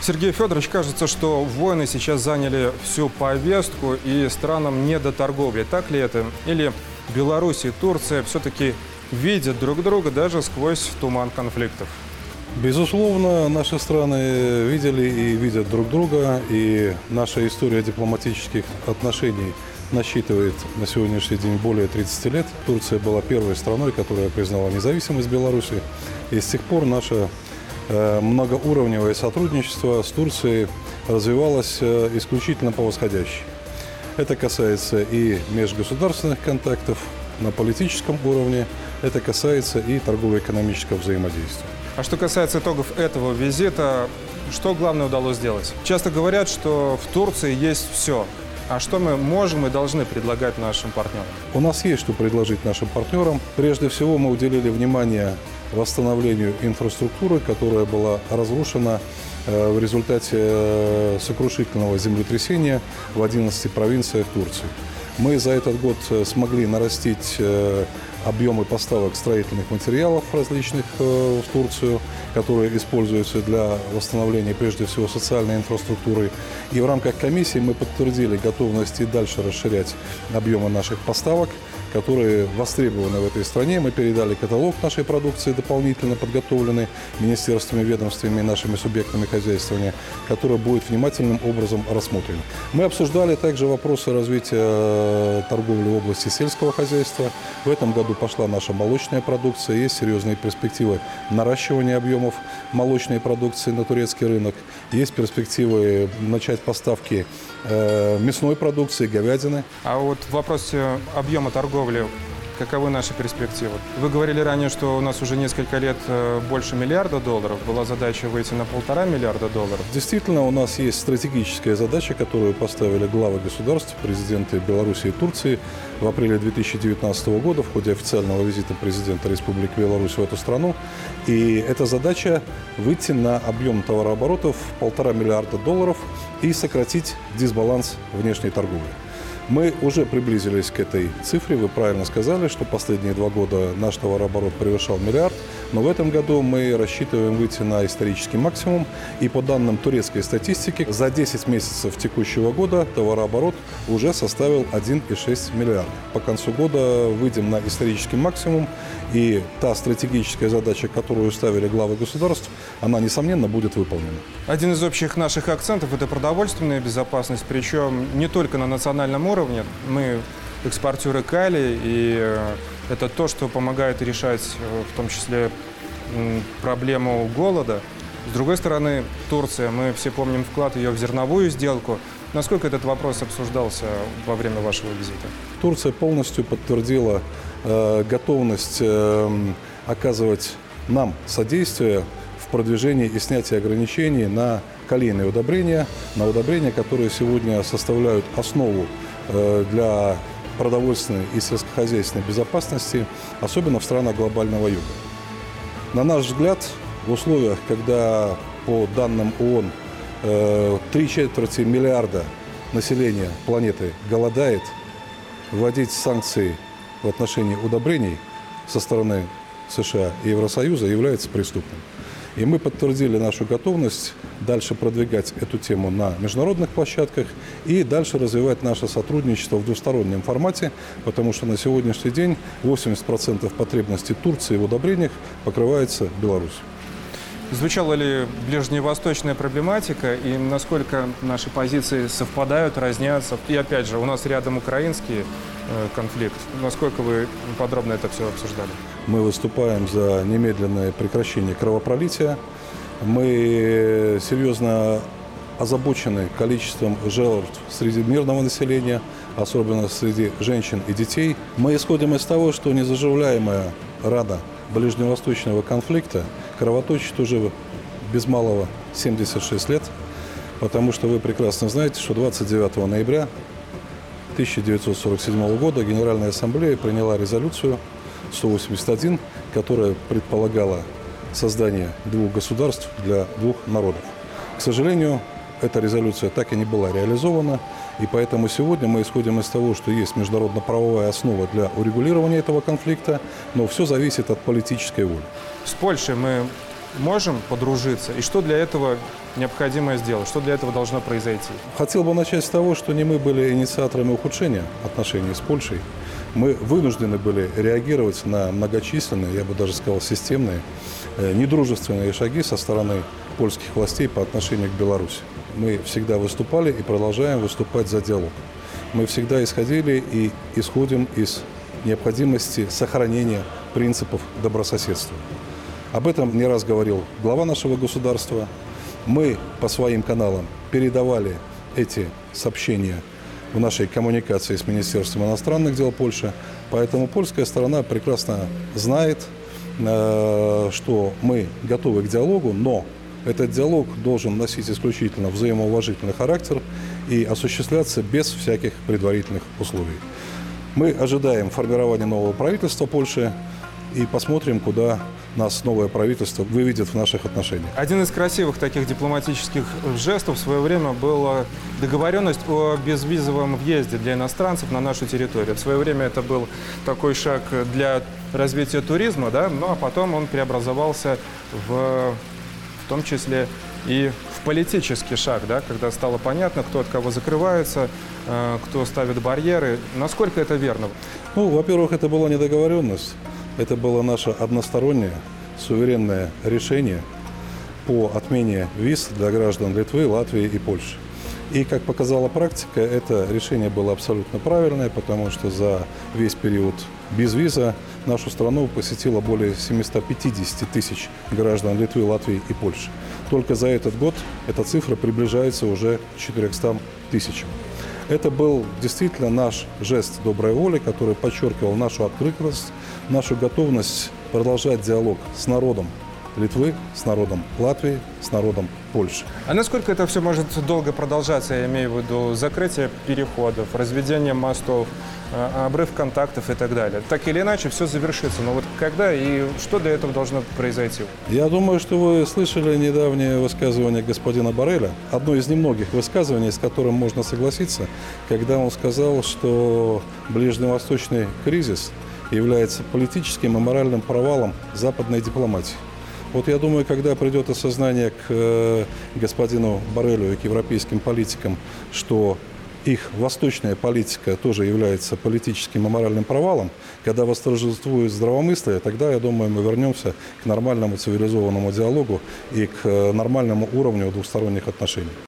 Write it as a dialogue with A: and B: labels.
A: Сергей Федорович, кажется, что войны сейчас заняли всю повестку и странам не до торговли. Так ли это? Или Беларусь и Турция все-таки видят друг друга даже сквозь туман конфликтов?
B: Безусловно, наши страны видели и видят друг друга, и наша история дипломатических отношений насчитывает на сегодняшний день более 30 лет. Турция была первой страной, которая признала независимость Беларуси, и с тех пор наше многоуровневое сотрудничество с Турцией развивалось исключительно по восходящей. Это касается и межгосударственных контактов на политическом уровне, это касается и торгово-экономического взаимодействия.
A: А что касается итогов этого визита, что главное удалось сделать? Часто говорят, что в Турции есть все. А что мы можем и должны предлагать нашим партнерам?
B: У нас есть что предложить нашим партнерам. Прежде всего, мы уделили внимание восстановлению инфраструктуры, которая была разрушена в результате сокрушительного землетрясения в 11 провинциях Турции. Мы за этот год смогли нарастить объемы поставок строительных материалов различных в Турцию, которые используются для восстановления, прежде всего, социальной инфраструктуры. И в рамках комиссии мы подтвердили готовность и дальше расширять объемы наших поставок, которые востребованы в этой стране. Мы передали каталог нашей продукции, дополнительно подготовленный министерствами, ведомствами и нашими субъектами хозяйствования, который будет внимательным образом рассмотрен. Мы обсуждали также вопросы развития торговли в области сельского хозяйства. В этом году пошла наша молочная продукция. Есть серьезные перспективы наращивания объемов молочной продукции на турецкий рынок. Есть перспективы начать поставки мясной продукции, говядины.
A: А вот в вопросе объема торговли, каковы наши перспективы? Вы говорили ранее, что у нас уже несколько лет больше $1 миллиарда. Была задача выйти на $1,5 миллиарда.
B: Действительно, у нас есть стратегическая задача, которую поставили главы государств, президенты Беларуси и Турции в апреле 2019 года в ходе официального визита президента Республики Беларусь в эту страну. И эта задача – выйти на объем товарооборотов $1,5 миллиарда и сократить дисбаланс внешней торговли. Мы уже приблизились к этой цифре. Вы правильно сказали, что последние 2 года наш товарооборот превышал $1 миллиард. Но в этом году мы рассчитываем выйти на исторический максимум. И по данным турецкой статистики, за 10 месяцев текущего года товарооборот уже составил $1,6 миллиарда. По концу года выйдем на исторический максимум. И та стратегическая задача, которую ставили главы государств, она, несомненно, будет выполнена.
A: Один из общих наших акцентов – это продовольственная безопасность, причем не только на национальном уровне. Мы экспортеры калия, и это то, что помогает решать в том числе проблему голода. С другой стороны, Турция, мы все помним вклад ее в зерновую сделку. Насколько этот вопрос обсуждался во время вашего визита?
B: Турция полностью подтвердила готовность оказывать нам содействие в продвижении и снятии ограничений на калийные удобрения, которые сегодня составляют основу для продовольственной и сельскохозяйственной безопасности, особенно в странах глобального юга. На наш взгляд, в условиях, когда по данным ООН 3/4 миллиарда населения планеты голодает, вводить санкции в отношении удобрений со стороны США и Евросоюза является преступным. И мы подтвердили нашу готовность дальше продвигать эту тему на международных площадках и дальше развивать наше сотрудничество в двустороннем формате, потому что на сегодняшний день 80% потребностей Турции в удобрениях покрывается Беларусью.
A: Звучала ли ближневосточная проблематика и насколько наши позиции совпадают, разнятся? И опять же, у нас рядом украинский конфликт. Насколько вы подробно это все обсуждали?
B: Мы выступаем за немедленное прекращение кровопролития. Мы серьезно озабочены количеством жертв среди мирного населения, особенно среди женщин и детей. Мы исходим из того, что незаживляемая рана ближневосточного конфликта кровоточит уже без малого 76 лет, потому что вы прекрасно знаете, что 29 ноября 1947 года Генеральная Ассамблея приняла резолюцию 181, которая предполагала создание 2 государств для 2 народов. К сожалению, эта резолюция так и не была реализована, и поэтому сегодня мы исходим из того, что есть международно-правовая основа для урегулирования этого конфликта, но все зависит от политической воли.
A: С Польшей мы можем подружиться, и что для этого необходимо сделать, что для этого должно произойти?
B: Хотел бы начать с того, что не мы были инициаторами ухудшения отношений с Польшей. Мы вынуждены были реагировать на многочисленные, я бы даже сказал, системные, недружественные шаги со стороны польских властей по отношению к Беларуси. Мы всегда выступали и продолжаем выступать за диалог. Мы всегда исходили и исходим из необходимости сохранения принципов добрососедства. Об этом не раз говорил глава нашего государства. Мы по своим каналам передавали эти сообщения в нашей коммуникации с Министерством иностранных дел Польши. Поэтому польская сторона прекрасно знает, что мы готовы к диалогу, но этот диалог должен носить исключительно взаимоуважительный характер и осуществляться без всяких предварительных условий. Мы ожидаем формирования нового правительства Польши и посмотрим, куда нас новое правительство выведет в наших отношениях.
A: Один из красивых таких дипломатических жестов в свое время была договоренность о безвизовом въезде для иностранцев на нашу территорию. В свое время это был такой шаг для развития туризма, да, ну а потом он преобразовался в том числе и в политический шаг, да, когда стало понятно, кто от кого закрывается, кто ставит барьеры. Насколько это верно?
B: Ну, во-первых, это была не договоренность. Это было наше одностороннее, суверенное решение по отмене виз для граждан Литвы, Латвии и Польши. И, как показала практика, это решение было абсолютно правильное, потому что за весь период без виза нашу страну посетило более 750 тысяч граждан Литвы, Латвии и Польши. Только за этот год эта цифра приближается уже к 400 тысячам. Это был действительно наш жест доброй воли, который подчеркивал нашу открытость, нашу готовность продолжать диалог с народом Литвы, с народом Латвии, с народом Польши.
A: А насколько это все может долго продолжаться? Я имею в виду закрытие переходов, разведение мостов, обрыв контактов и так далее. Так или иначе, все завершится. Но вот когда и что для этого должно произойти?
B: Я думаю, что вы слышали недавнее высказывание господина Борреля. Одно из немногих высказываний, с которым можно согласиться, когда он сказал, что ближневосточный кризис является политическим и моральным провалом западной дипломатии. Вот я думаю, когда придет осознание к господину Боррелю и к европейским политикам, что их восточная политика тоже является политическим и моральным провалом, когда восторжествует здравомыслие, тогда, я думаю, мы вернемся к нормальному цивилизованному диалогу и к нормальному уровню двусторонних отношений.